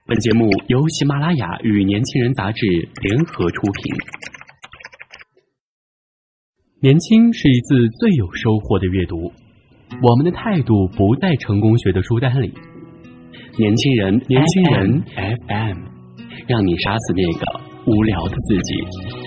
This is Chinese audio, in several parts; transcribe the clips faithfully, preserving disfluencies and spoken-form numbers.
本节目由喜马拉雅与年轻人杂志联合出品。年轻是一次最有收获的阅读，我们的态度不在成功学的书单里。年轻人，年轻人 F M， 让你杀死那个无聊的自己。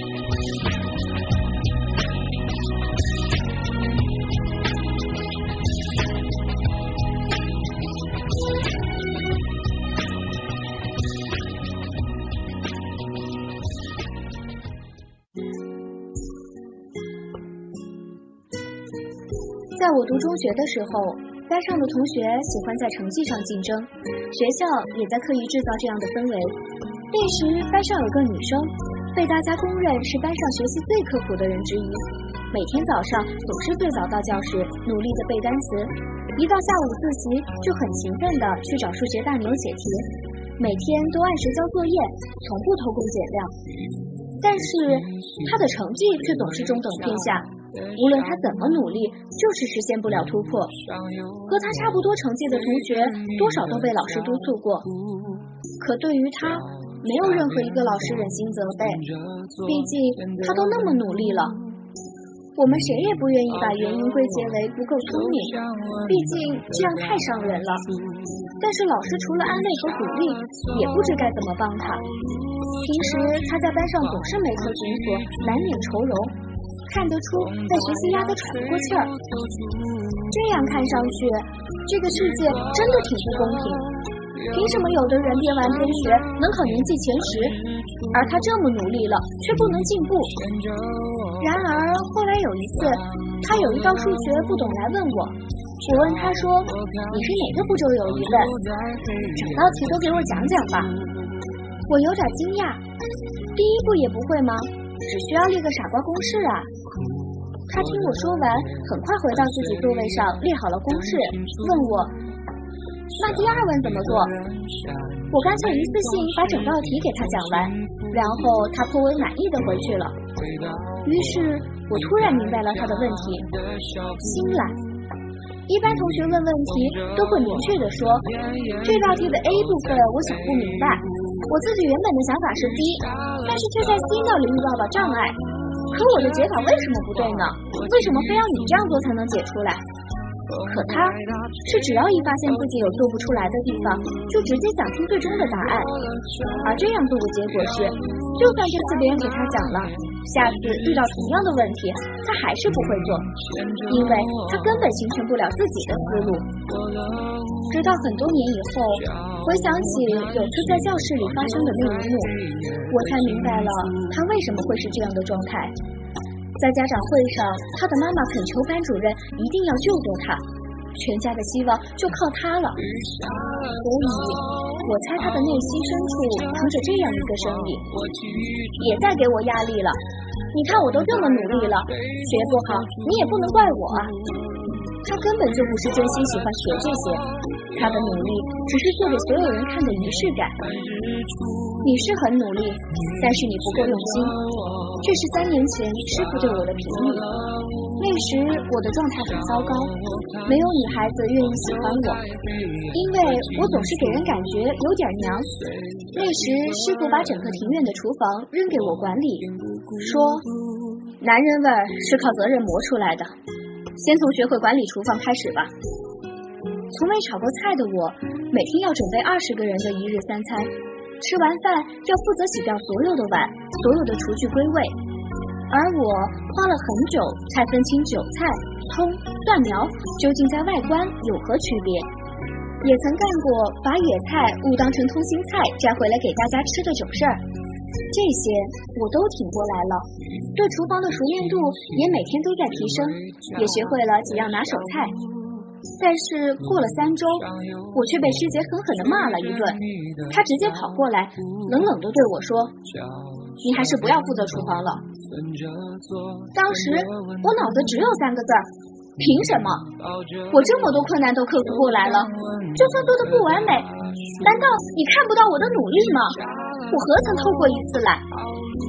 在我读中学的时候，班上的同学喜欢在成绩上竞争，学校也在刻意制造这样的氛围。那时班上有个女生，被大家公认是班上学习最刻苦的人之一，每天早上总是最早到教室，努力的背单词，一到下午自习就很勤奋的去找数学大牛解题，每天都按时交作业，从不偷工减料。但是她的成绩却总是中等偏下，无论他怎么努力，就是实现不了突破。和他差不多成绩的同学，多少都被老师督促过，可对于他，没有任何一个老师忍心责备，毕竟他都那么努力了。我们谁也不愿意把原因归结为不够聪明，毕竟这样太伤人了。但是老师除了安慰和鼓励，也不知该怎么帮他。平时他在班上总是眉头紧锁，难免愁容，看得出在学习压得喘不过气儿。这样看上去，这个世界真的挺不公平。凭什么有的人编完中学能考年级前十，而他这么努力了却不能进步？然而后来有一次，他有一道数学不懂来问我，我问他说，你是哪个步骤有疑问？整道题都给我讲讲吧。我有点惊讶，第一步也不会吗？只需要列个傻瓜公式啊。他听我说完，很快回到自己座位上列好了公式，问我，那第二问怎么做？我干脆一次性把整道题给他讲完，然后他颇为满意的回去了。于是我突然明白了他的问题，心懒。一般同学问问题都会明确的说，这道题的 A 部分我想不明白，我自己原本的想法是 B， 但是却在 C 那里遇到了障碍。可我的解法为什么不对呢？为什么非要你这样做才能解出来？可他是只要一发现自己有做不出来的地方，就直接想听最终的答案。而这样做的结果是，就算这次别人给他讲了，下次遇到同样的问题，他还是不会做，因为他根本形成不了自己的思路。直到很多年以后，回想起有次在教室里发生的那一幕，我才明白了他为什么会是这样的状态。在家长会上，他的妈妈恳求班主任一定要救救他，全家的希望就靠他了。所以我猜他的内心深处藏着这样一个声音，也在给我压力了。你看我都这么努力了，学不好你也不能怪我啊。他根本就不是真心喜欢学这些，他的努力只是做给所有人看的仪式感。你是很努力，但是你不够用心。这是三年前师傅对我的评语。那时我的状态很糟糕，没有女孩子愿意喜欢我，因为我总是给人感觉有点娘。那时师傅把整个庭院的厨房扔给我管理，说男人味儿是靠责任磨出来的，先从学会管理厨房开始吧。从未炒过菜的我，每天要准备二十个人的一日三餐，吃完饭要负责洗掉所有的碗，所有的厨具归位。而我花了很久才分清韭菜、葱、蒜苗究竟在外观有何区别，也曾干过把野菜误当成通心菜摘回来给大家吃的囧事儿。这些我都挺过来了，对厨房的熟练度也每天都在提升，也学会了几样拿手菜。但是过了三周，我却被师姐狠狠地骂了一顿。她直接跑过来，冷冷地对我说，你还是不要负责厨房了。当时我脑子只有三个字儿，凭什么？我这么多困难都克服过来了，就算做得不完美，难道你看不到我的努力吗？我何曾偷过一次懒？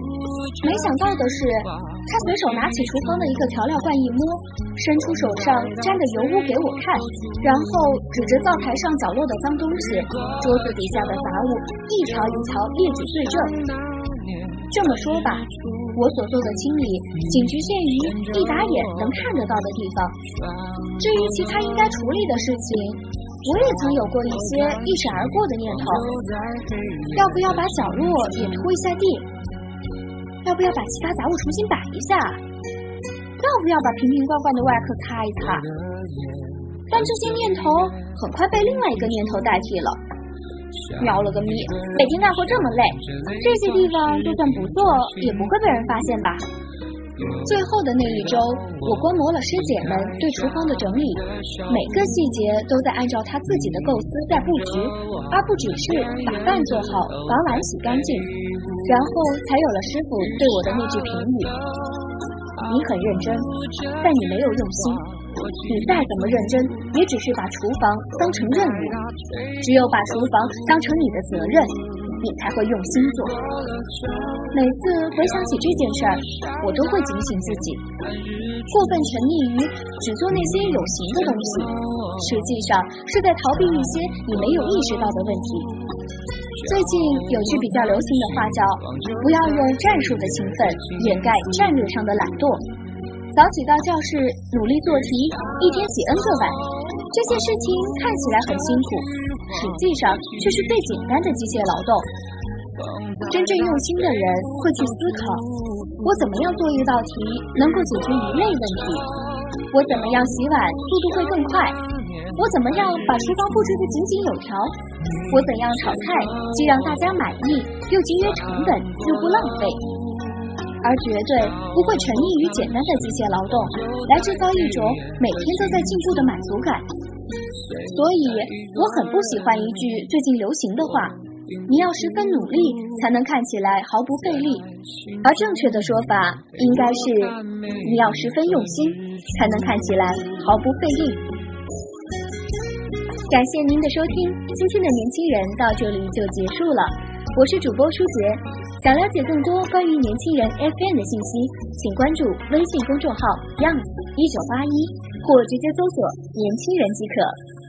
没想到的是，他随手拿起厨房的一个调料罐一摸，伸出手上沾的油污给我看，然后指着灶台上角落的脏东西，桌子底下的杂物一条一条列举对证。这么说吧，我所做的清理仅局限于一打眼能看得到的地方，至于其他应该处理的事情，我也曾有过一些一闪而过的念头，要不要把角落也拖一下地，要不要把其他杂物重新摆一下，要不要把瓶瓶罐罐的外壳擦一擦。但这些念头很快被另外一个念头代替了。瞄了个咪，每天干活这么累，这些地方就算不做也不会被人发现吧。最后的那一周，我观摩了师姐们对厨房的整理，每个细节都在按照她自己的构思在布局，而不只是把饭做好，把碗洗干净，然后才有了师傅对我的那句评语：你很认真，但你没有用心。你再怎么认真，也只是把厨房当成任务，只有把厨房当成你的责任，你才会用心做。每次回想起这件事儿，我都会警醒自己，过分沉溺于只做那些有形的东西，实际上是在逃避一些你没有意识到的问题。最近有句比较流行的话叫不要用战术的勤奋掩盖战略上的懒惰。早起到教室努力做题，一天洗 N 个碗，这些事情看起来很辛苦，实际上却是最简单的机械劳动。真正用心的人会去思考，我怎么样做一道题能够解决一类问题，我怎么样洗碗速度会更快，我怎么样把厨房布置得井井有条，我怎样炒菜既让大家满意，又节约成本，又不浪费。而绝对不会沉溺于简单的机械劳动，来制造一种每天都在进步的满足感。所以我很不喜欢一句最近流行的话，你要十分努力才能看起来毫不费力，而正确的说法应该是你要十分用心才能看起来毫不费力。感谢您的收听，今天的年轻人到这里就结束了，我是主播舒洁。想了解更多关于年轻人 F M 的信息，请关注微信公众号 Youngs 一九八一，或直接搜索年轻人即可。